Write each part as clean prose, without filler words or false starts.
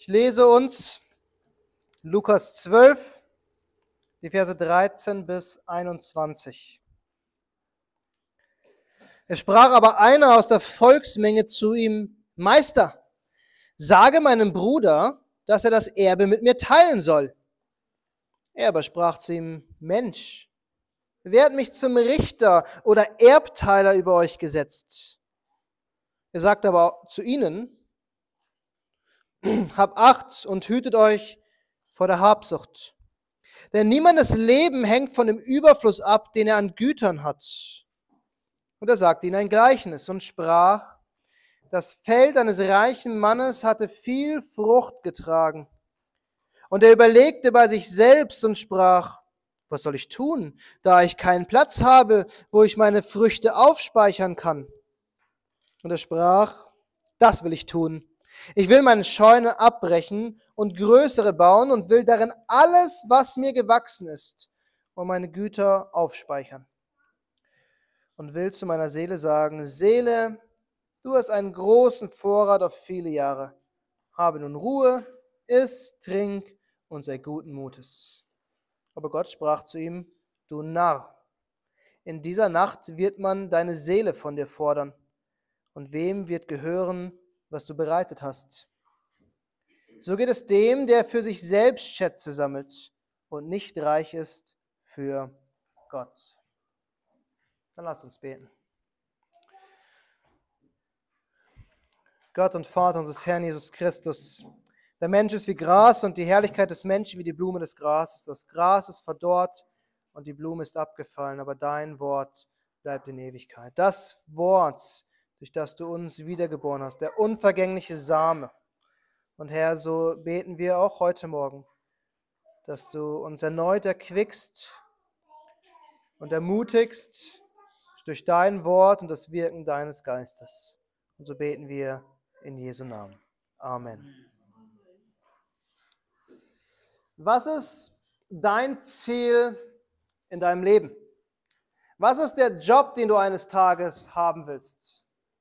Ich lese uns Lukas 12, die Verse 13 bis 21. Es sprach aber einer aus der Volksmenge zu ihm: Meister, sage meinem Bruder, dass er das Erbe mit mir teilen soll. Er aber sprach zu ihm: Mensch, wer hat mich zum Richter oder Erbteiler über euch gesetzt? Er sagt aber zu ihnen: Habt Acht und hütet euch vor der Habsucht. Denn niemandes Leben hängt von dem Überfluss ab, den er an Gütern hat. Und er sagte ihnen ein Gleichnis und sprach: Das Feld eines reichen Mannes hatte viel Frucht getragen. Und er überlegte bei sich selbst und sprach: Was soll ich tun, da ich keinen Platz habe, wo ich meine Früchte aufspeichern kann? Und er sprach: Das will ich tun. Ich will meine Scheune abbrechen und größere bauen und will darin alles, was mir gewachsen ist, und meine Güter aufspeichern. Und will zu meiner Seele sagen: Seele, du hast einen großen Vorrat auf viele Jahre. Habe nun Ruhe, iss, trink und sei guten Mutes. Aber Gott sprach zu ihm: Du Narr, in dieser Nacht wird man deine Seele von dir fordern. Und wem wird gehören, was du bereitet hast? So geht es dem, der für sich selbst Schätze sammelt und nicht reich ist für Gott. Dann lasst uns beten. Gott und Vater unseres Herrn Jesus Christus, der Mensch ist wie Gras und die Herrlichkeit des Menschen wie die Blume des Grases. Das Gras ist verdorrt und die Blume ist abgefallen, aber dein Wort bleibt in Ewigkeit. Das Wort, durch das du uns wiedergeboren hast, der unvergängliche Same. Und Herr, so beten wir auch heute Morgen, dass du uns erneut erquickst und ermutigst durch dein Wort und das Wirken deines Geistes. Und so beten wir in Jesu Namen. Amen. Was ist dein Ziel in deinem Leben? Was ist der Job, den du eines Tages haben willst?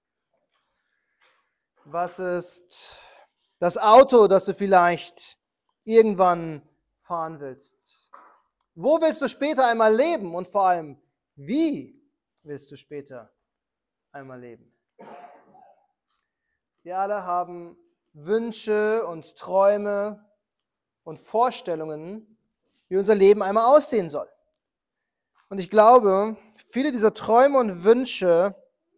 Was ist das Auto, das du vielleicht irgendwann fahren willst? Wo willst du später einmal leben? Und vor allem, wie willst du später einmal leben? Wir alle haben Wünsche und Träume und Vorstellungen, wie unser Leben einmal aussehen soll. Und ich glaube, viele dieser Träume und Wünsche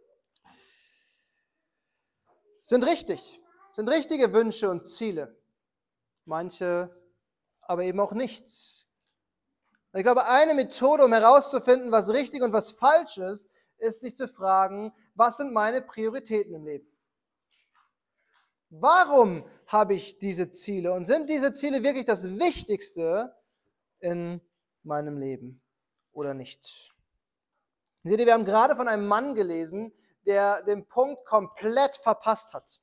sind richtig, sind richtige Wünsche und Ziele. Manche aber eben auch nichts. Und ich glaube, eine Methode, um herauszufinden, was richtig und was falsch ist, sich zu fragen: Was sind meine Prioritäten im Leben? Warum habe ich diese Ziele? Und sind diese Ziele wirklich das Wichtigste in meinem Leben oder nicht? Seht ihr, wir haben gerade von einem Mann gelesen, der den Punkt komplett verpasst hat.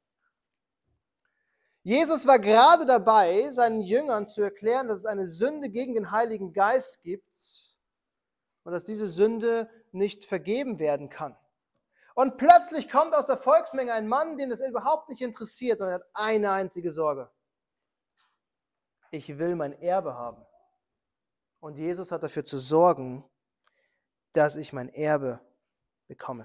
Jesus war gerade dabei, seinen Jüngern zu erklären, dass es eine Sünde gegen den Heiligen Geist gibt und dass diese Sünde nicht vergeben werden kann. Und plötzlich kommt aus der Volksmenge ein Mann, den das überhaupt nicht interessiert, sondern hat eine einzige Sorge: Ich will mein Erbe haben. Und Jesus hat dafür zu sorgen, dass ich mein Erbe bekomme.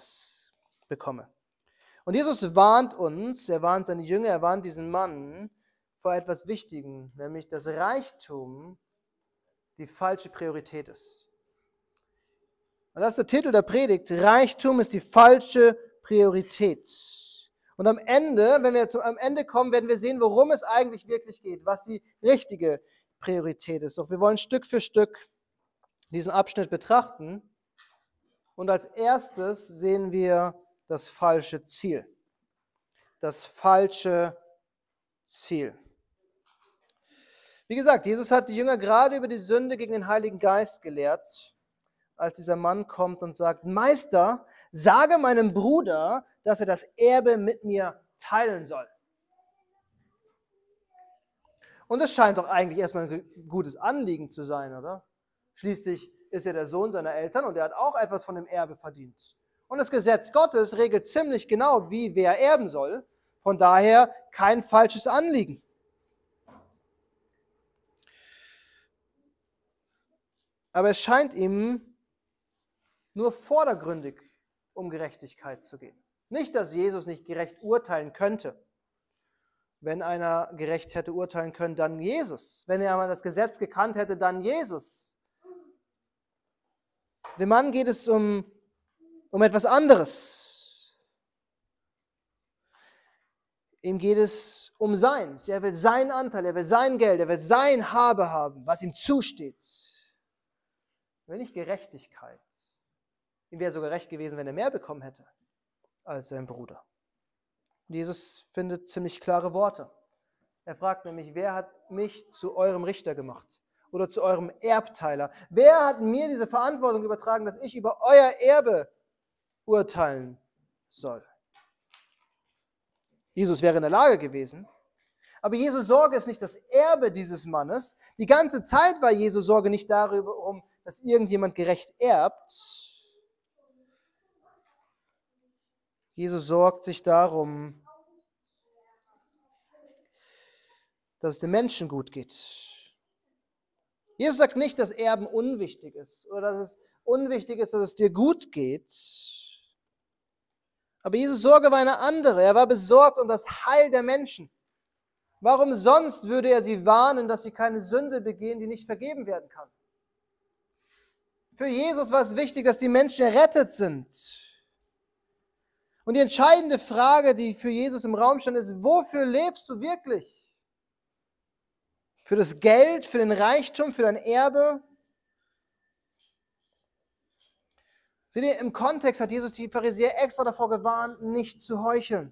Und Jesus warnt uns, er warnt seine Jünger, er warnt diesen Mann vor etwas Wichtigem, nämlich dass Reichtum die falsche Priorität ist. Und das ist der Titel der Predigt: Reichtum ist die falsche Priorität. Und am Ende, wenn wir am Ende kommen, werden wir sehen, worum es eigentlich wirklich geht, was die richtige Priorität ist. Doch wir wollen Stück für Stück diesen Abschnitt betrachten. Und als erstes sehen wir das falsche Ziel. Das falsche Ziel. Wie gesagt, Jesus hat die Jünger gerade über die Sünde gegen den Heiligen Geist gelehrt, als dieser Mann kommt und sagt: Meister, sage meinem Bruder, dass er das Erbe mit mir teilen soll. Und es scheint doch eigentlich erstmal ein gutes Anliegen zu sein, oder? Schließlich ist er der Sohn seiner Eltern und er hat auch etwas von dem Erbe verdient. Und das Gesetz Gottes regelt ziemlich genau, wie wer erben soll. Von daher kein falsches Anliegen. Aber es scheint ihm nur vordergründig um Gerechtigkeit zu gehen. Nicht, dass Jesus nicht gerecht urteilen könnte. Wenn einer gerecht hätte urteilen können, dann Jesus. Wenn er mal das Gesetz gekannt hätte, dann Jesus. Dem Mann geht es um etwas anderes. Ihm geht es um Seins. Er will seinen Anteil, er will sein Geld, er will sein Habe haben, was ihm zusteht. Er will nicht Gerechtigkeit. Ihm wäre sogar recht gewesen, wenn er mehr bekommen hätte als sein Bruder. Jesus findet ziemlich klare Worte. Er fragt nämlich, wer hat mich zu eurem Richter gemacht oder zu eurem Erbteiler? Wer hat mir diese Verantwortung übertragen, dass ich über euer Erbe urteilen soll? Jesus wäre in der Lage gewesen, aber Jesu Sorge ist nicht das Erbe dieses Mannes. Die ganze Zeit war Jesu Sorge nicht darüber, dass irgendjemand gerecht erbt. Jesus sorgt sich darum, dass es den Menschen gut geht. Jesus sagt nicht, dass Erben unwichtig ist oder dass es unwichtig ist, dass es dir gut geht. Aber Jesus' Sorge war eine andere. Er war besorgt um das Heil der Menschen. Warum sonst würde er sie warnen, dass sie keine Sünde begehen, die nicht vergeben werden kann? Für Jesus war es wichtig, dass die Menschen errettet sind. Und die entscheidende Frage, die für Jesus im Raum stand, ist, wofür lebst du wirklich? Für das Geld, für den Reichtum, für dein Erbe? Seht ihr, im Kontext hat Jesus die Pharisäer extra davor gewarnt, nicht zu heucheln.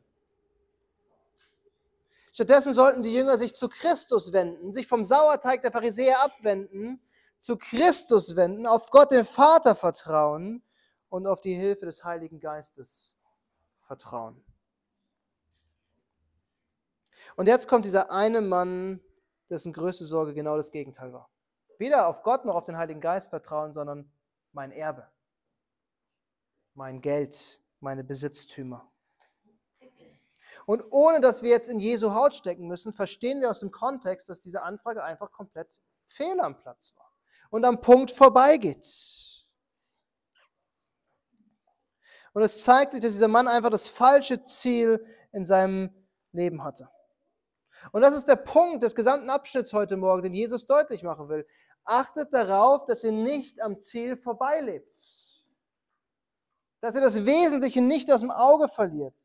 Stattdessen sollten die Jünger sich zu Christus wenden, sich vom Sauerteig der Pharisäer abwenden, zu Christus wenden, auf Gott den Vater vertrauen und auf die Hilfe des Heiligen Geistes vertrauen. Und jetzt kommt dieser eine Mann, dessen größte Sorge genau das Gegenteil war. Weder auf Gott noch auf den Heiligen Geist vertrauen, sondern mein Erbe, mein Geld, meine Besitztümer. Und ohne dass wir jetzt in Jesu Haut stecken müssen, verstehen wir aus dem Kontext, dass diese Anfrage einfach komplett fehl am Platz war und am Punkt vorbeigeht. Und es zeigt sich, dass dieser Mann einfach das falsche Ziel in seinem Leben hatte. Und das ist der Punkt des gesamten Abschnitts heute Morgen, den Jesus deutlich machen will. Achtet darauf, dass ihr nicht am Ziel vorbeilebt. Dass ihr das Wesentliche nicht aus dem Auge verliert.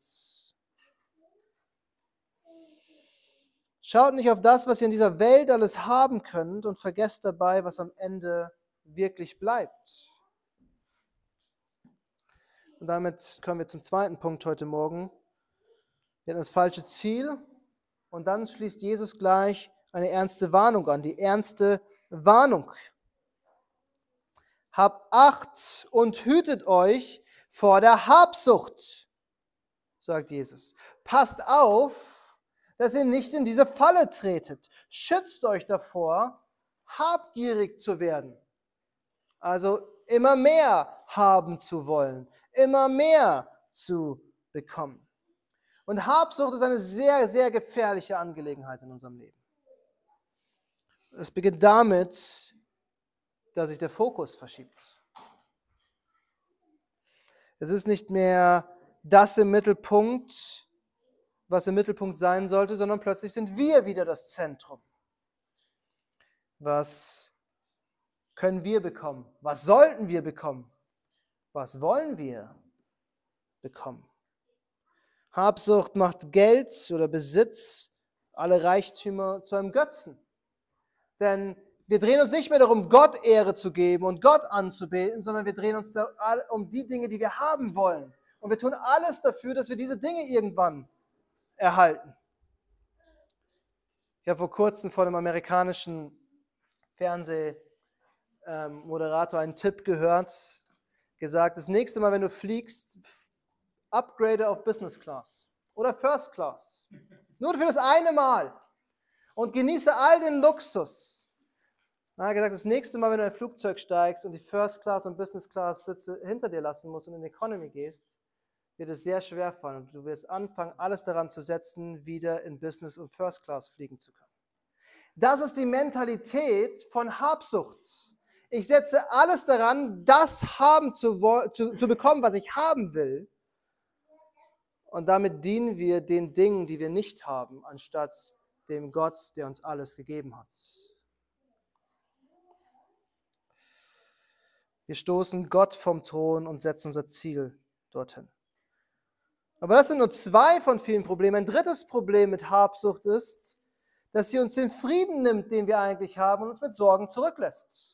Schaut nicht auf das, was ihr in dieser Welt alles haben könnt und vergesst dabei, was am Ende wirklich bleibt. Und damit kommen wir zum zweiten Punkt heute Morgen. Wir hatten das falsche Ziel und dann schließt Jesus gleich eine ernste Warnung an, die ernste Warnung. Habt Acht und hütet euch vor der Habsucht, sagt Jesus. Passt auf, dass ihr nicht in diese Falle tretet. Schützt euch davor, habgierig zu werden. Also immer mehr haben zu wollen, immer mehr zu bekommen. Und Habsucht ist eine sehr, sehr gefährliche Angelegenheit in unserem Leben. Es beginnt damit, dass sich der Fokus verschiebt. Es ist nicht mehr das im Mittelpunkt, was im Mittelpunkt sein sollte, sondern plötzlich sind wir wieder das Zentrum. Was können wir bekommen? Was sollten wir bekommen? Was wollen wir bekommen? Habsucht macht Geld oder Besitz, alle Reichtümer zu einem Götzen. Denn wir drehen uns nicht mehr darum, Gott Ehre zu geben und Gott anzubeten, sondern wir drehen uns um die Dinge, die wir haben wollen. Und wir tun alles dafür, dass wir diese Dinge irgendwann erhalten. Ich habe vor kurzem von einem amerikanischen Fernsehmoderator einen Tipp gehört, gesagt, das nächste Mal, wenn du fliegst, upgrade auf Business Class oder First Class. Nur für das eine Mal. Und genieße all den Luxus. Er hat gesagt, das nächste Mal, wenn du in ein Flugzeug steigst und die First Class und Business Class Sitze hinter dir lassen musst und in die Economy gehst, wird es sehr schwer fallen. Und du wirst anfangen, alles daran zu setzen, wieder in Business und First Class fliegen zu können. Das ist die Mentalität von Habsucht. Ich setze alles daran, das haben zu bekommen, was ich haben will. Und damit dienen wir den Dingen, die wir nicht haben, anstatt dem Gott, der uns alles gegeben hat. Wir stoßen Gott vom Thron und setzen unser Ziel dorthin. Aber das sind nur 2 von vielen Problemen. Ein drittes Problem mit Habsucht ist, dass sie uns den Frieden nimmt, den wir eigentlich haben, und uns mit Sorgen zurücklässt.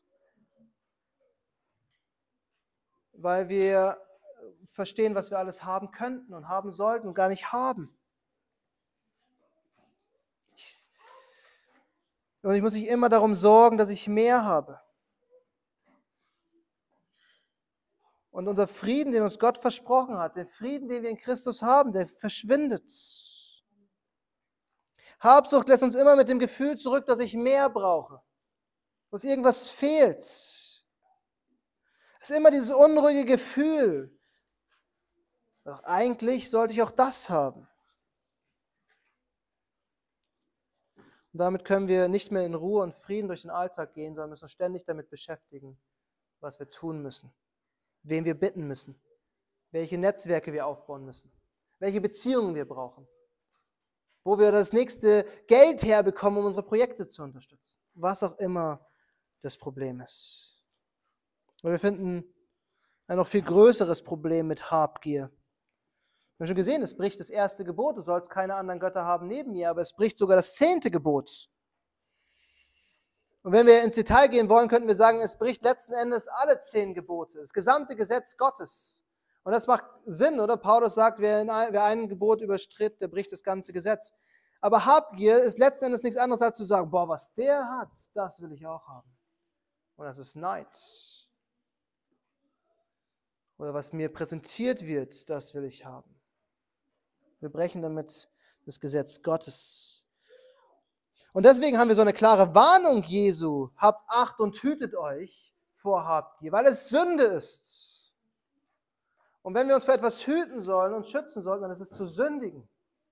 Weil wir verstehen, was wir alles haben könnten und haben sollten und gar nicht haben. Und ich muss mich immer darum sorgen, dass ich mehr habe. Und unser Frieden, den uns Gott versprochen hat, den Frieden, den wir in Christus haben, der verschwindet. Habsucht lässt uns immer mit dem Gefühl zurück, dass ich mehr brauche, dass irgendwas fehlt. Es ist immer dieses unruhige Gefühl. Doch eigentlich sollte ich auch das haben. Und damit können wir nicht mehr in Ruhe und Frieden durch den Alltag gehen, sondern müssen uns ständig damit beschäftigen, was wir tun müssen, wen wir bitten müssen, welche Netzwerke wir aufbauen müssen, welche Beziehungen wir brauchen, wo wir das nächste Geld herbekommen, um unsere Projekte zu unterstützen. Was auch immer das Problem ist. Und wir finden ein noch viel größeres Problem mit Habgier. Wir haben schon gesehen, es bricht das 1. Gebot, du sollst keine anderen Götter haben neben mir, aber es bricht sogar das 10. Gebot. Und wenn wir ins Detail gehen wollen, könnten wir sagen, es bricht letzten Endes alle 10 Gebote, das gesamte Gesetz Gottes. Und das macht Sinn, oder? Paulus sagt, wer ein Gebot überstritt, der bricht das ganze Gesetz. Aber Habgier ist letzten Endes nichts anderes, als zu sagen, boah, was der hat, das will ich auch haben. Und das ist Neid. Oder was mir präsentiert wird, das will ich haben. Wir brechen damit das Gesetz Gottes. Und deswegen haben wir so eine klare Warnung Jesu. Habt Acht und hütet euch vor Habgier, weil es Sünde ist. Und wenn wir uns vor etwas hüten sollen und schützen sollen, dann ist es zu sündigen.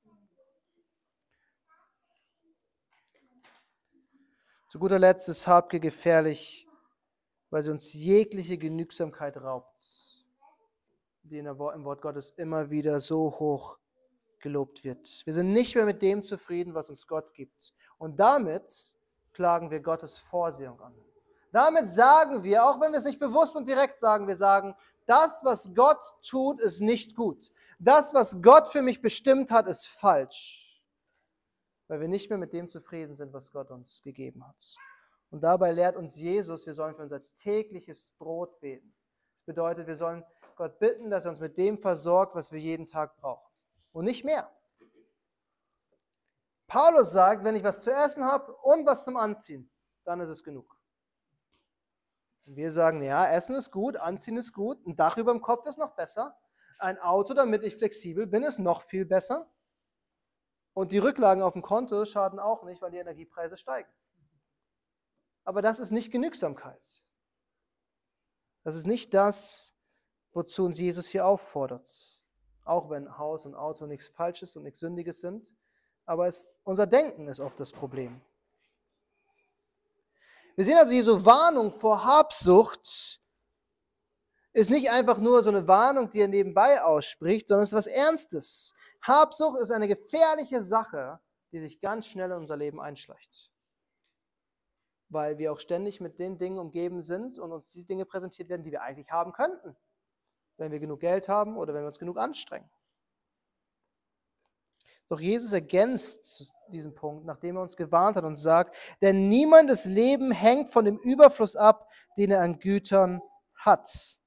Zu guter Letzt ist Habgier gefährlich, weil sie uns jegliche Genügsamkeit raubt, die im Wort Gottes immer wieder so hoch gelobt wird. Wir sind nicht mehr mit dem zufrieden, was uns Gott gibt. Und damit klagen wir Gottes Vorsehung an. Damit sagen wir, auch wenn wir es nicht bewusst und direkt sagen, wir sagen, das, was Gott tut, ist nicht gut. Das, was Gott für mich bestimmt hat, ist falsch. Weil wir nicht mehr mit dem zufrieden sind, was Gott uns gegeben hat. Und dabei lehrt uns Jesus, wir sollen für unser tägliches Brot beten. Das bedeutet, wir sollen Gott bitten, dass er uns mit dem versorgt, was wir jeden Tag brauchen. Und nicht mehr. Paulus sagt, wenn ich was zu essen habe und was zum Anziehen, dann ist es genug. Und wir sagen, ja, Essen ist gut, Anziehen ist gut, ein Dach über dem Kopf ist noch besser, ein Auto, damit ich flexibel bin, ist noch viel besser. Und die Rücklagen auf dem Konto schaden auch nicht, weil die Energiepreise steigen. Aber das ist nicht Genügsamkeit. Das ist nicht das, wozu uns Jesus hier auffordert. Auch wenn Haus und Auto nichts Falsches und nichts Sündiges sind. Aber unser Denken ist oft das Problem. Wir sehen also, Jesu Warnung vor Habsucht ist nicht einfach nur so eine Warnung, die er nebenbei ausspricht, sondern es ist was Ernstes. Habsucht ist eine gefährliche Sache, die sich ganz schnell in unser Leben einschleicht. Weil wir auch ständig mit den Dingen umgeben sind und uns die Dinge präsentiert werden, die wir eigentlich haben könnten. Wenn wir genug Geld haben oder wenn wir uns genug anstrengen. Doch Jesus ergänzt diesen Punkt, nachdem er uns gewarnt hat und sagt, denn niemandes Leben hängt von dem Überfluss ab, den er an Gütern hat.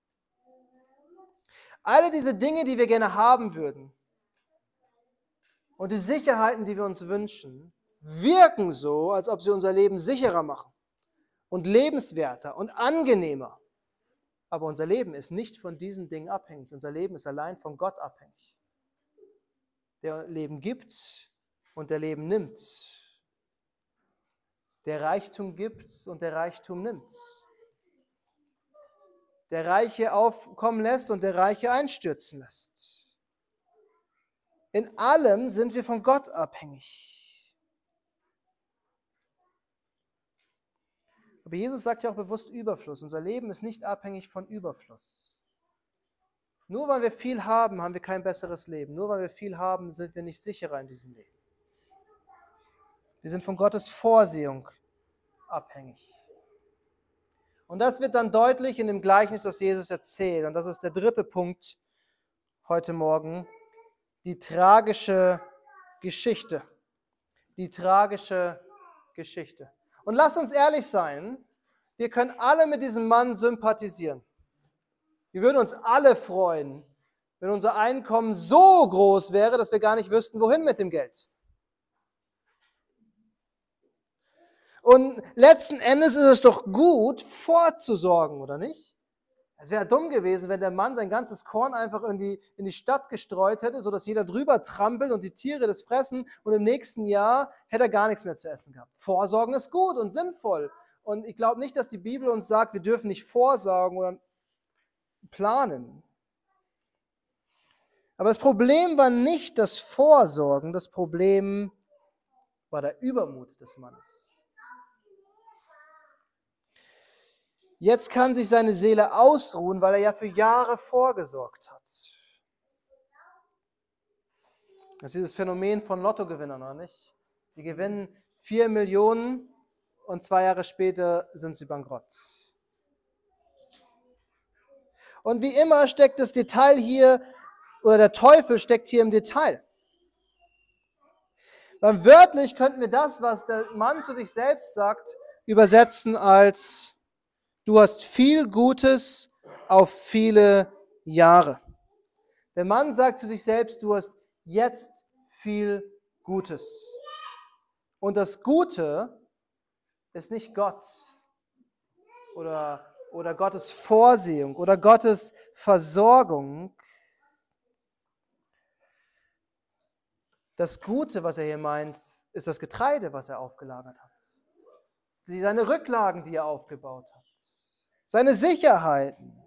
Alle diese Dinge, die wir gerne haben würden und die Sicherheiten, die wir uns wünschen, wirken so, als ob sie unser Leben sicherer machen und lebenswerter und angenehmer. Aber unser Leben ist nicht von diesen Dingen abhängig. Unser Leben ist allein von Gott abhängig. Der Leben gibt und der Leben nimmt. Der Reichtum gibt und der Reichtum nimmt. Der Reiche aufkommen lässt und der Reiche einstürzen lässt. In allem sind wir von Gott abhängig. Aber Jesus sagt ja auch bewusst Überfluss. Unser Leben ist nicht abhängig von Überfluss. Nur weil wir viel haben, haben wir kein besseres Leben. Nur weil wir viel haben, sind wir nicht sicherer in diesem Leben. Wir sind von Gottes Vorsehung abhängig. Und das wird dann deutlich in dem Gleichnis, das Jesus erzählt. Und das ist der dritte Punkt heute Morgen. Die tragische Geschichte. Die tragische Geschichte. Und lasst uns ehrlich sein, wir können alle mit diesem Mann sympathisieren. Wir würden uns alle freuen, wenn unser Einkommen so groß wäre, dass wir gar nicht wüssten, wohin mit dem Geld. Und letzten Endes ist es doch gut, vorzusorgen, oder nicht? Es wäre dumm gewesen, wenn der Mann sein ganzes Korn einfach in die Stadt gestreut hätte, sodass jeder drüber trampelt und die Tiere das fressen und im nächsten Jahr hätte er gar nichts mehr zu essen gehabt. Vorsorgen ist gut und sinnvoll. Und ich glaube nicht, dass die Bibel uns sagt, wir dürfen nicht vorsorgen oder planen. Aber das Problem war nicht das Vorsorgen, das Problem war der Übermut des Mannes. Jetzt kann sich seine Seele ausruhen, weil er ja für Jahre vorgesorgt hat. Das ist dieses Phänomen von Lottogewinnern, oder nicht? Die gewinnen 4 Millionen und 2 Jahre später sind sie bankrott. Und wie immer steckt das Detail hier, oder der Teufel steckt hier im Detail. Weil wörtlich könnten wir das, was der Mann zu sich selbst sagt, übersetzen als: Du hast viel Gutes auf viele Jahre. Der Mann sagt zu sich selbst, du hast jetzt viel Gutes. Und das Gute ist nicht Gott oder Gottes Vorsehung oder Gottes Versorgung. Das Gute, was er hier meint, ist das Getreide, was er aufgelagert hat. Seine Rücklagen, die er aufgebaut hat. Seine Sicherheiten.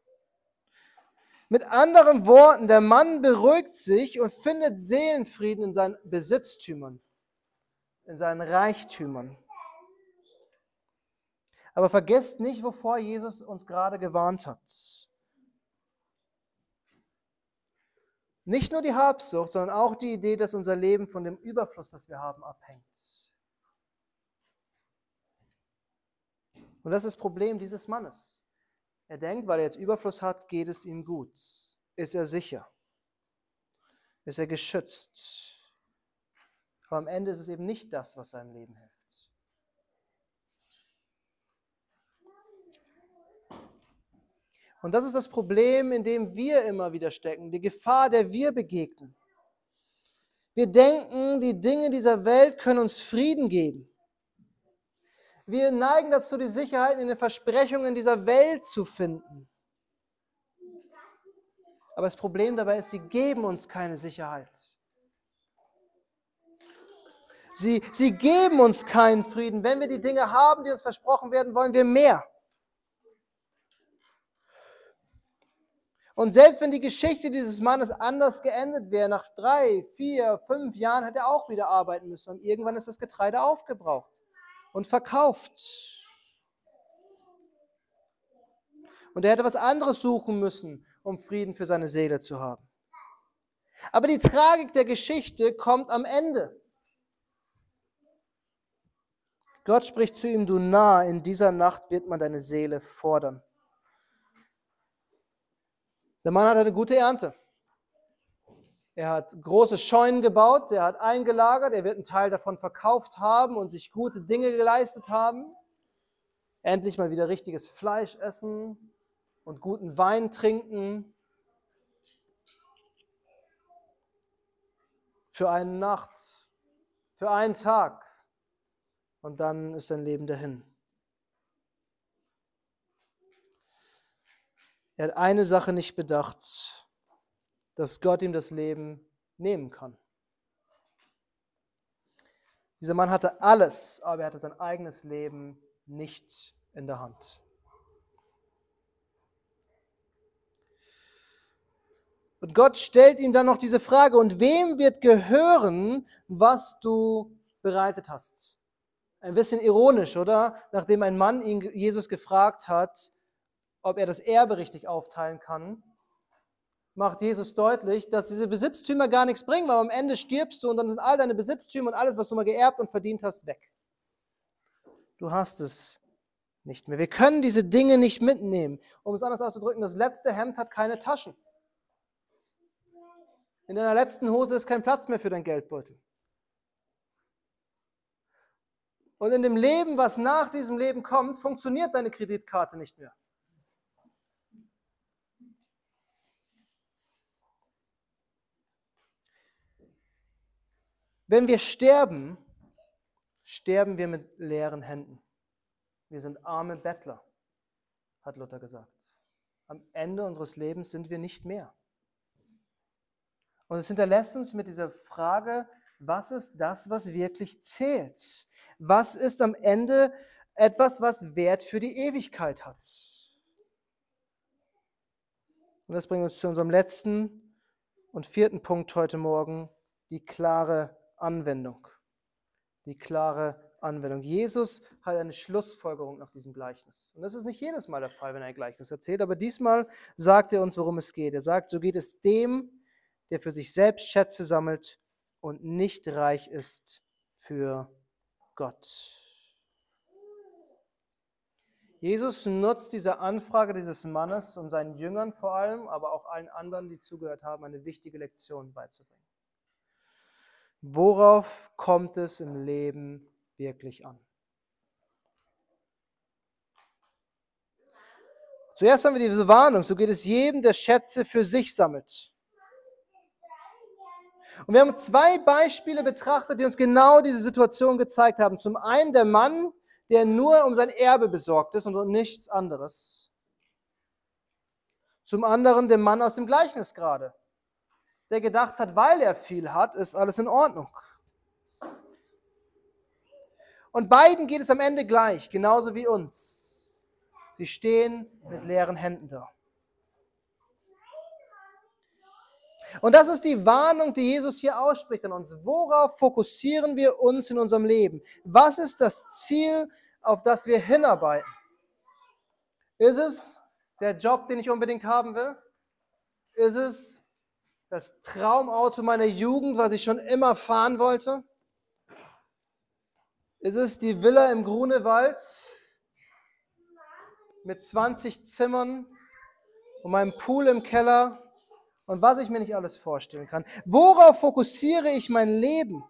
Mit anderen Worten, der Mann beruhigt sich und findet Seelenfrieden in seinen Besitztümern, in seinen Reichtümern. Aber vergesst nicht, wovor Jesus uns gerade gewarnt hat. Nicht nur die Habsucht, sondern auch die Idee, dass unser Leben von dem Überfluss, das wir haben, abhängt. Und das ist das Problem dieses Mannes. Er denkt, weil er jetzt Überfluss hat, geht es ihm gut. Ist er sicher? Ist er geschützt? Aber am Ende ist es eben nicht das, was seinem Leben hilft. Und das ist das Problem, in dem wir immer wieder stecken, die Gefahr, der wir begegnen. Wir denken, die Dinge dieser Welt können uns Frieden geben. Wir neigen dazu, die Sicherheit in den Versprechungen dieser Welt zu finden. Aber das Problem dabei ist, sie geben uns keine Sicherheit. Sie geben uns keinen Frieden. Wenn wir die Dinge haben, die uns versprochen werden, wollen wir mehr. Und selbst wenn die Geschichte dieses Mannes anders geendet wäre, nach 3, 4, 5 Jahren hätte er auch wieder arbeiten müssen. Und irgendwann ist das Getreide aufgebraucht und verkauft. Und er hätte was anderes suchen müssen, um Frieden für seine Seele zu haben. Aber die Tragik der Geschichte kommt am Ende. Gott spricht zu ihm: Du Narr, in dieser Nacht wird man deine Seele fordern. Der Mann hat eine gute Ernte. Er hat große Scheunen gebaut, er hat eingelagert, er wird einen Teil davon verkauft haben und sich gute Dinge geleistet haben. Endlich mal wieder richtiges Fleisch essen und guten Wein trinken. Für eine Nacht, für einen Tag. Und dann ist sein Leben dahin. Er hat eine Sache nicht bedacht, dass Gott ihm das Leben nehmen kann. Dieser Mann hatte alles, aber er hatte sein eigenes Leben nicht in der Hand. Und Gott stellt ihm dann noch diese Frage: Und wem wird gehören, was du bereitet hast? Ein bisschen ironisch, oder? Nachdem ein Mann ihn Jesus gefragt hat, ob er das Erbe richtig aufteilen kann, macht Jesus deutlich, dass diese Besitztümer gar nichts bringen, weil am Ende stirbst du und dann sind all deine Besitztümer und alles, was du mal geerbt und verdient hast, weg. Du hast es nicht mehr. Wir können diese Dinge nicht mitnehmen. Um es anders auszudrücken, das letzte Hemd hat keine Taschen. In deiner letzten Hose ist kein Platz mehr für dein Geldbeutel. Und in dem Leben, was nach diesem Leben kommt, funktioniert deine Kreditkarte nicht mehr. Wenn wir sterben, sterben wir mit leeren Händen. Wir sind arme Bettler, hat Luther gesagt. Am Ende unseres Lebens sind wir nicht mehr. Und es hinterlässt uns mit dieser Frage, was ist das, was wirklich zählt? Was ist am Ende etwas, was Wert für die Ewigkeit hat? Und das bringt uns zu unserem letzten und vierten Punkt heute Morgen, die klare Anwendung. Die klare Anwendung. Jesus hat eine Schlussfolgerung nach diesem Gleichnis. Und das ist nicht jedes Mal der Fall, wenn er ein Gleichnis erzählt, aber diesmal sagt er uns, worum es geht. Er sagt, so geht es dem, der für sich selbst Schätze sammelt und nicht reich ist für Gott. Jesus nutzt diese Anfrage dieses Mannes, um seinen Jüngern vor allem, aber auch allen anderen, die zugehört haben, eine wichtige Lektion beizubringen. Worauf kommt es im Leben wirklich an? Zuerst haben wir diese Warnung, so geht es jedem, der Schätze für sich sammelt. Und wir haben zwei Beispiele betrachtet, die uns genau diese Situation gezeigt haben. Zum einen der Mann, der nur um sein Erbe besorgt ist und um nichts anderes. Zum anderen der Mann aus dem Gleichnis gerade, der gedacht hat, weil er viel hat, ist alles in Ordnung. Und beiden geht es am Ende gleich, genauso wie uns. Sie stehen mit leeren Händen da. Und das ist die Warnung, die Jesus hier ausspricht an uns. Worauf fokussieren wir uns in unserem Leben? Was ist das Ziel, auf das wir hinarbeiten? Ist es der Job, den ich unbedingt haben will? Ist es das Traumauto meiner Jugend, was ich schon immer fahren wollte? Ist es die Villa im Grunewald mit 20 Zimmern und meinem Pool im Keller? Und was ich mir nicht alles vorstellen kann. Worauf fokussiere ich mein Leben?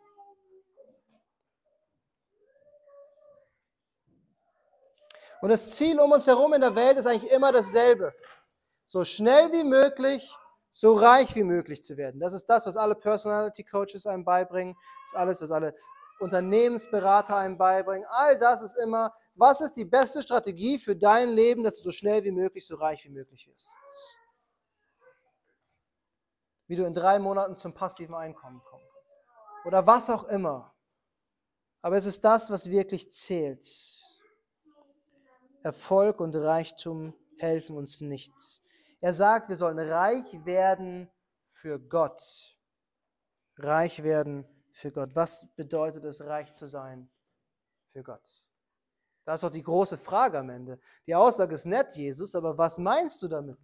Und das Ziel um uns herum in der Welt ist eigentlich immer dasselbe. So schnell wie möglich, so reich wie möglich zu werden. Das ist das, was alle Personality Coaches einem beibringen. Das ist alles, was alle Unternehmensberater einem beibringen. All das ist immer, was ist die beste Strategie für dein Leben, dass du so schnell wie möglich, so reich wie möglich wirst. Wie du in 3 Monaten zum passiven Einkommen kommen kannst. Oder was auch immer. Aber es ist das, was wirklich zählt. Erfolg und Reichtum helfen uns nichts. Er sagt, wir sollen reich werden für Gott. Reich werden für Gott. Was bedeutet es, reich zu sein für Gott? Das ist doch die große Frage am Ende. Die Aussage ist nett, Jesus, aber was meinst du damit?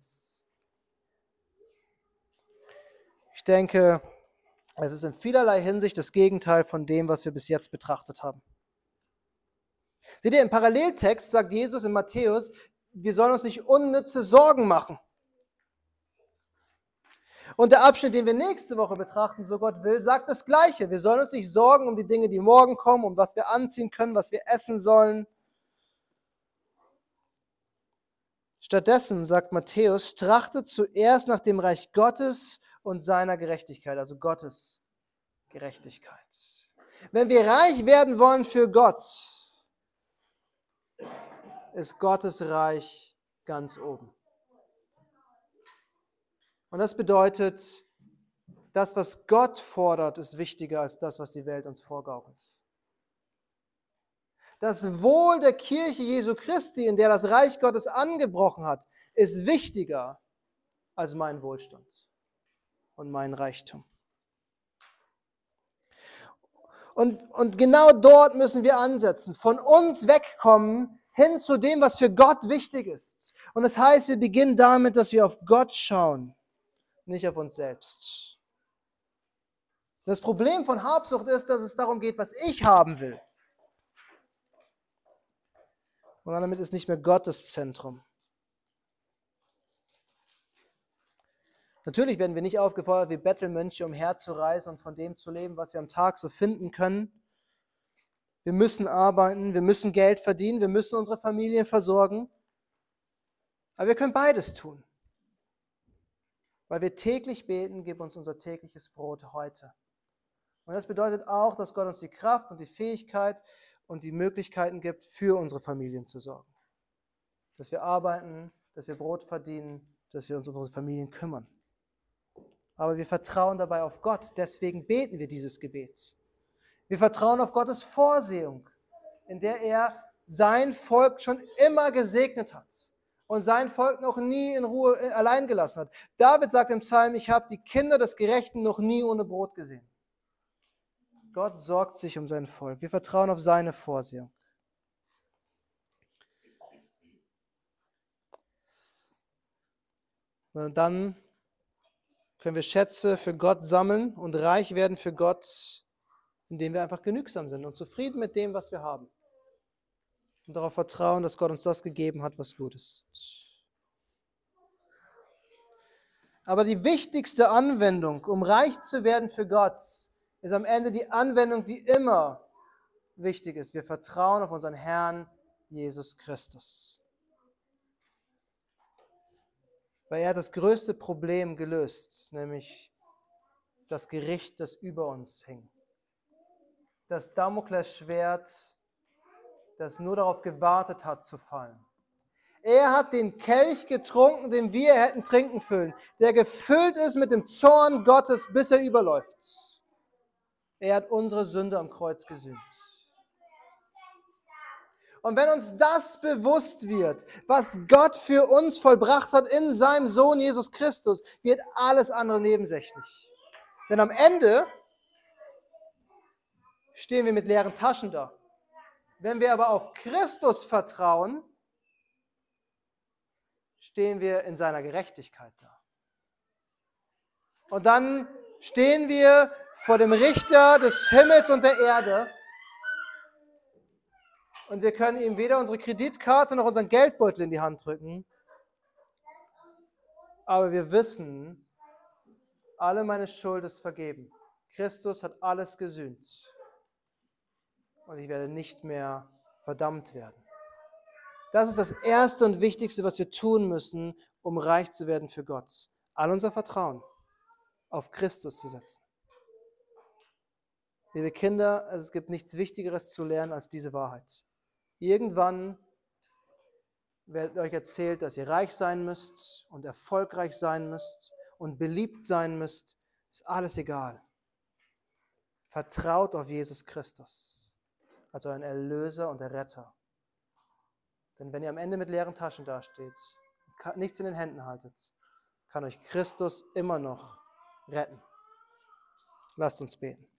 Ich denke, es ist in vielerlei Hinsicht das Gegenteil von dem, was wir bis jetzt betrachtet haben. Seht ihr, im Paralleltext sagt Jesus in Matthäus, wir sollen uns nicht unnütze Sorgen machen. Und der Abschnitt, den wir nächste Woche betrachten, so Gott will, sagt das Gleiche. Wir sollen uns nicht sorgen um die Dinge, die morgen kommen, um was wir anziehen können, was wir essen sollen. Stattdessen, sagt Matthäus, trachtet zuerst nach dem Reich Gottes und seiner Gerechtigkeit, also Gottes Gerechtigkeit. Wenn wir reich werden wollen für Gott, ist Gottes Reich ganz oben. Und das bedeutet, das, was Gott fordert, ist wichtiger als das, was die Welt uns vorgaukelt. Das Wohl der Kirche Jesu Christi, in der das Reich Gottes angebrochen hat, ist wichtiger als mein Wohlstand und mein Reichtum. Und genau dort müssen wir ansetzen. Von uns wegkommen hin zu dem, was für Gott wichtig ist. Und das heißt, wir beginnen damit, dass wir auf Gott schauen, nicht auf uns selbst. Das Problem von Habsucht ist, dass es darum geht, was ich haben will. Und damit ist nicht mehr Gott das Zentrum. Natürlich werden wir nicht aufgefordert, wie Bettelmönche umherzureisen und von dem zu leben, was wir am Tag so finden können. Wir müssen arbeiten, wir müssen Geld verdienen, wir müssen unsere Familien versorgen. Aber wir können beides tun. Weil wir täglich beten, gib uns unser tägliches Brot heute. Und das bedeutet auch, dass Gott uns die Kraft und die Fähigkeit und die Möglichkeiten gibt, für unsere Familien zu sorgen. Dass wir arbeiten, dass wir Brot verdienen, dass wir uns um unsere Familien kümmern. Aber wir vertrauen dabei auf Gott, deswegen beten wir dieses Gebet. Wir vertrauen auf Gottes Vorsehung, in der er sein Volk schon immer gesegnet hat und sein Volk noch nie in Ruhe allein gelassen hat. David sagt im Psalm, ich habe die Kinder des Gerechten noch nie ohne Brot gesehen. Gott sorgt sich um sein Volk. Wir vertrauen auf seine Vorsehung. Und dann können wir Schätze für Gott sammeln und reich werden für Gott, indem wir einfach genügsam sind und zufrieden mit dem, was wir haben. Und darauf vertrauen, dass Gott uns das gegeben hat, was gut ist. Aber die wichtigste Anwendung, um reich zu werden für Gott, ist am Ende die Anwendung, die immer wichtig ist. Wir vertrauen auf unseren Herrn Jesus Christus. Weil er hat das größte Problem gelöst, nämlich das Gericht, das über uns hing. Das Damoklesschwert, das nur darauf gewartet hat, zu fallen. Er hat den Kelch getrunken, den wir hätten trinken füllen, der gefüllt ist mit dem Zorn Gottes, bis er überläuft. Er hat unsere Sünde am Kreuz gesühnt. Und wenn uns das bewusst wird, was Gott für uns vollbracht hat in seinem Sohn Jesus Christus, wird alles andere nebensächlich. Denn am Ende stehen wir mit leeren Taschen da. Wenn wir aber auf Christus vertrauen, stehen wir in seiner Gerechtigkeit da. Und dann stehen wir vor dem Richter des Himmels und der Erde und wir können ihm weder unsere Kreditkarte noch unseren Geldbeutel in die Hand drücken. Aber wir wissen, alle meine Schuld ist vergeben. Christus hat alles gesühnt. Und ich werde nicht mehr verdammt werden. Das ist das Erste und Wichtigste, was wir tun müssen, um reich zu werden für Gott. All unser Vertrauen auf Christus zu setzen. Liebe Kinder, es gibt nichts Wichtigeres zu lernen als diese Wahrheit. Irgendwann wird euch erzählt, dass ihr reich sein müsst und erfolgreich sein müsst und beliebt sein müsst. Ist alles egal. Vertraut auf Jesus Christus, als euren Erlöser und Retter. Denn wenn ihr am Ende mit leeren Taschen dasteht, nichts in den Händen haltet, kann euch Christus immer noch retten. Lasst uns beten.